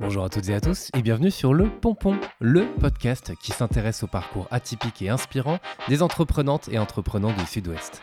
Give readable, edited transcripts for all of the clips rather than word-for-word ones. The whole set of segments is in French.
Bonjour à toutes et à tous et bienvenue sur Le Pompon, le podcast qui s'intéresse au parcours atypique et inspirant des entreprenantes et entreprenants du Sud-Ouest.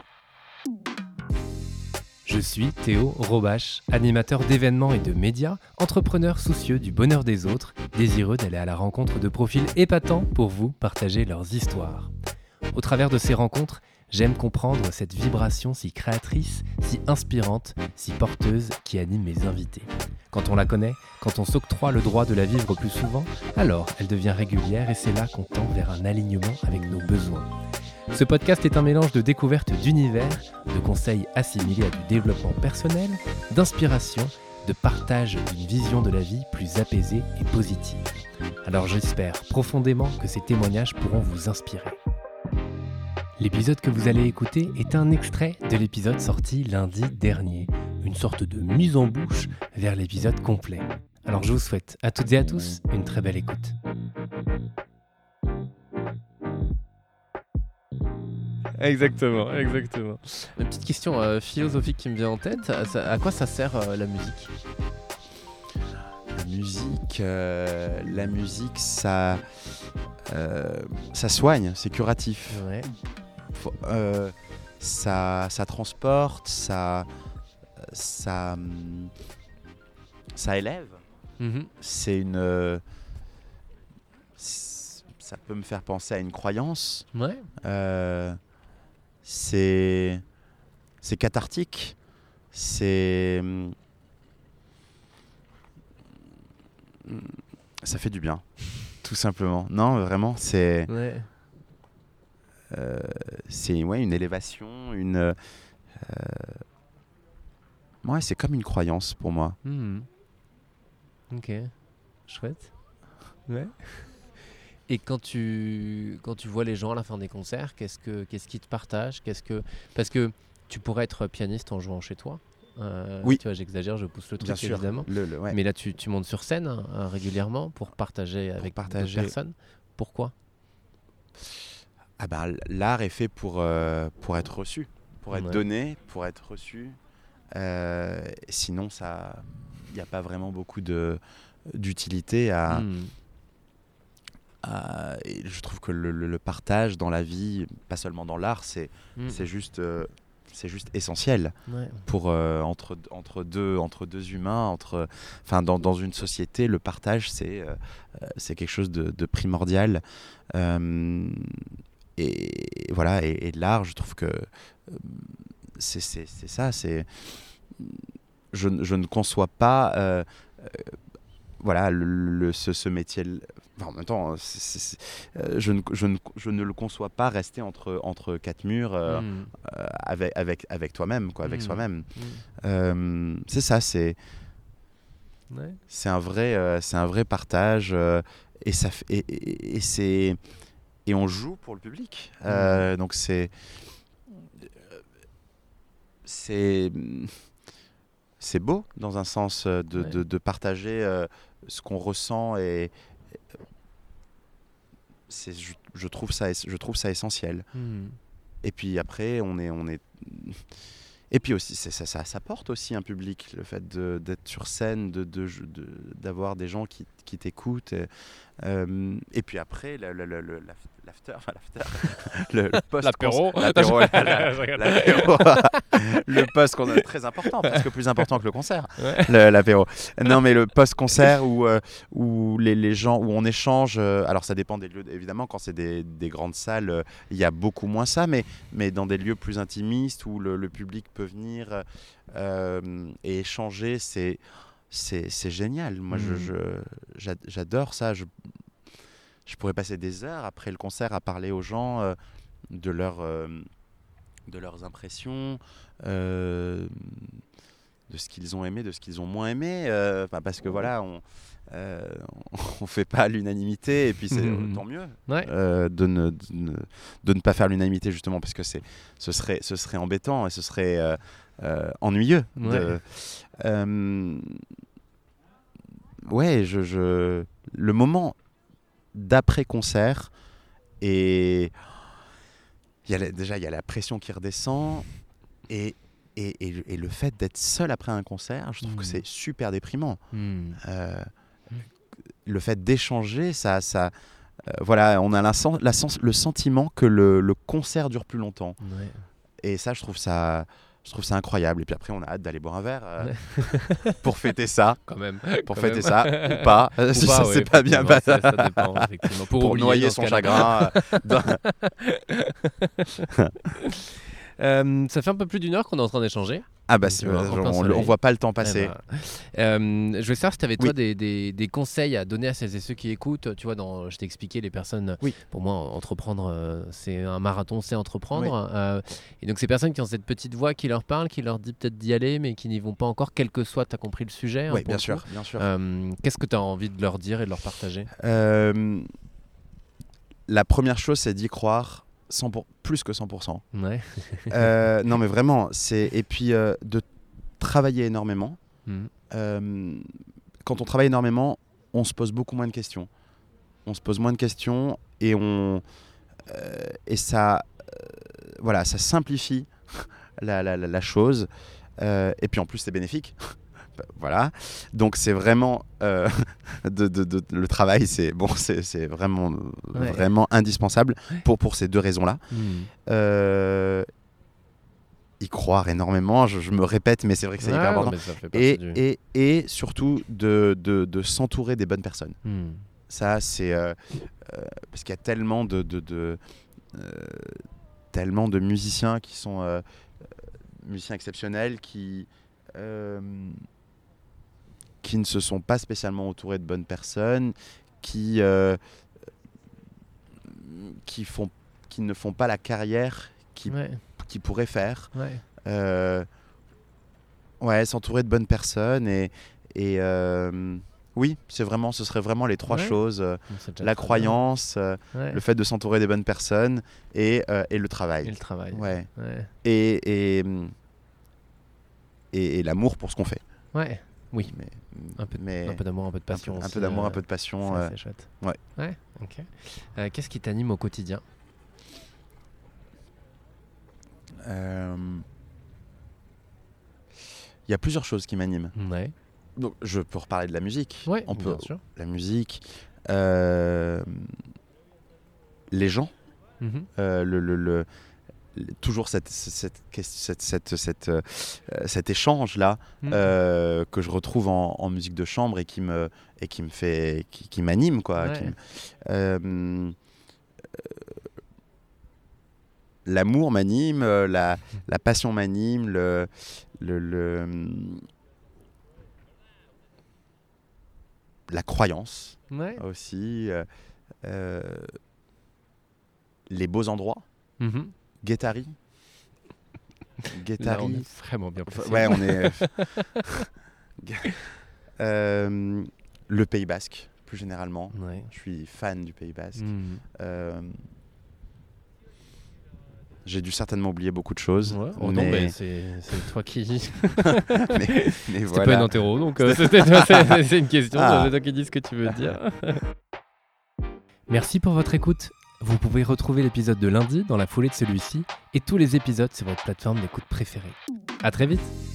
Je suis Théo Robache, animateur d'événements et de médias, entrepreneur soucieux du bonheur des autres, désireux d'aller à la rencontre de profils épatants pour vous partager leurs histoires. Au travers de ces rencontres, j'aime comprendre cette vibration si créatrice, si inspirante, si porteuse qui anime mes invités. Quand on la connaît, quand on s'octroie le droit de la vivre plus souvent, alors elle devient régulière et c'est là qu'on tend vers un alignement avec nos besoins. Ce podcast est un mélange de découvertes d'univers, de conseils assimilés à du développement personnel, d'inspiration, de partage d'une vision de la vie plus apaisée et positive. Alors j'espère profondément que ces témoignages pourront vous inspirer. L'épisode que vous allez écouter est un extrait de l'épisode sorti lundi dernier, une sorte de mise en bouche vers l'épisode complet. Alors je vous souhaite à toutes et à tous une très belle écoute. Exactement. Une petite question philosophique qui me vient en tête, à quoi ça sert la musique ? La musique, ça soigne, c'est curatif. Ouais. Ça transporte, ça élève. C'est ça peut me faire penser à une croyance. Ouais. C'est cathartique. Ça fait du bien, tout simplement. Non, vraiment, c'est une élévation, c'est comme une croyance pour moi. Ok, chouette. Ouais. Et quand tu vois les gens à la fin des concerts, qu'est-ce qu'ils te partagent ? Parce que tu pourrais être pianiste en jouant chez toi. Oui. Tu vois, j'exagère, je pousse le truc, bien sûr, évidemment. Ouais. Mais là, tu montes sur scène régulièrement pour partager avec d'autres personnes. Pourquoi ? L'art est fait pour être reçu, pour être donné, pour être reçu. Sinon, il n'y a pas vraiment beaucoup d'utilité à... Et je trouve que le partage dans la vie, pas seulement dans l'art, c'est juste essentiel pour entre deux humains, dans une société. Le partage, c'est quelque chose de primordial. Et voilà, et l'art, je trouve que c'est ça. Je ne conçois pas ce métier. En même temps, je ne le conçois pas rester entre quatre murs avec toi-même, avec soi-même. C'est ça, c'est un vrai partage et on joue pour le public. Donc c'est beau dans un sens de partager ce qu'on ressent et je trouve ça essentiel. Et puis après on est et puis aussi ça porte aussi un public, le fait d'être sur scène, d'avoir des gens qui t'écoutent et puis après l'after, le post, l'apéro, le post qu'on a très important, presque plus important que le concert, l'apéro. Non, mais le post-concert où les gens, où on échange. Alors ça dépend des lieux, évidemment. Quand c'est des grandes salles, il y a beaucoup moins ça, mais dans des lieux plus intimistes où le public peut venir et échanger, c'est génial. Moi, j'adore ça. Je pourrais passer des heures après le concert à parler aux gens de leurs impressions, de ce qu'ils ont aimé, de ce qu'ils ont moins aimé. Parce que voilà, on fait pas l'unanimité et puis c'est tant mieux de ne pas faire l'unanimité, justement, parce que ce serait embêtant et ce serait ennuyeux. Le moment d'après-concert, et il y a la pression qui redescend, et le fait d'être seul après un concert, je trouve que c'est super déprimant. le fait d'échanger, voilà, on a le sentiment que le concert dure plus longtemps. Ouais. Et ça, je trouve ça incroyable. Et puis après, on a hâte d'aller boire un verre pour fêter ça. Quand même. Pour fêter ça, ou pas. Si ça s'est pas bien passé. Ça dépend, effectivement. Pour oublier, noyer son chagrin. Ça fait un peu plus d'une heure qu'on est en train d'échanger. Ah bah on voit pas le temps passer. Je voulais savoir si tu avais toi des conseils à donner à celles et ceux qui écoutent. Tu vois, je t'ai expliqué les personnes. Oui. Pour moi, entreprendre, c'est un marathon, c'est entreprendre. Oui. Et donc ces personnes qui ont cette petite voix qui leur parle, qui leur dit peut-être d'y aller, mais qui n'y vont pas encore, quel que soit, tu as compris le sujet. Oui, bien sûr. Qu'est-ce que tu as envie de leur dire et de leur partager? La première chose, c'est d'y croire. Plus que 100%. Ouais. Non mais vraiment, et puis de travailler énormément. Quand on travaille énormément, on se pose beaucoup moins de questions. Et ça, voilà, ça simplifie la chose. Et puis en plus, c'est bénéfique. Voilà, donc c'est vraiment le travail, c'est vraiment vraiment indispensable pour ces deux raisons-là. Y croire énormément, je me répète, mais c'est vrai que c'est hyper important. Et surtout de s'entourer des bonnes personnes. Ça, c'est parce qu'il y a tellement de musiciens qui sont musiciens exceptionnels qui ne se sont pas spécialement entourés de bonnes personnes, qui ne font pas la carrière qu'ils pourraient faire. S'entourer de bonnes personnes oui, ce serait vraiment les trois choses, la croyance, le fait de s'entourer des bonnes personnes et le travail. Et le travail. Et l'amour pour ce qu'on fait. Ouais. Oui, un peu d'amour, un peu de passion. Un peu d'amour, un peu de passion. C'est chouette. Ouais. Ok. Qu'est-ce qui t'anime au quotidien? Il y a plusieurs choses qui m'animent. Ouais. Donc, je peux reparler de la musique. Ouais, bien sûr. La musique, les gens, toujours cet échange là que je retrouve en musique de chambre et qui m'anime quoi. L'amour m'anime, la passion m'anime, la croyance aussi, les beaux endroits. Guétari. Là, on est vraiment bien placé. Ouais, on est. Le Pays Basque, plus généralement. Ouais. Je suis fan du Pays Basque. J'ai dû certainement oublier beaucoup de choses. Ouais. Oh non, mais c'est toi qui. mais c'était voilà. pas une interro, donc c'est une question. C'est toi qui dis ce que tu veux dire. Merci pour votre écoute. Vous pouvez retrouver l'épisode de lundi dans la foulée de celui-ci et tous les épisodes sur votre plateforme d'écoute préférée. À très vite.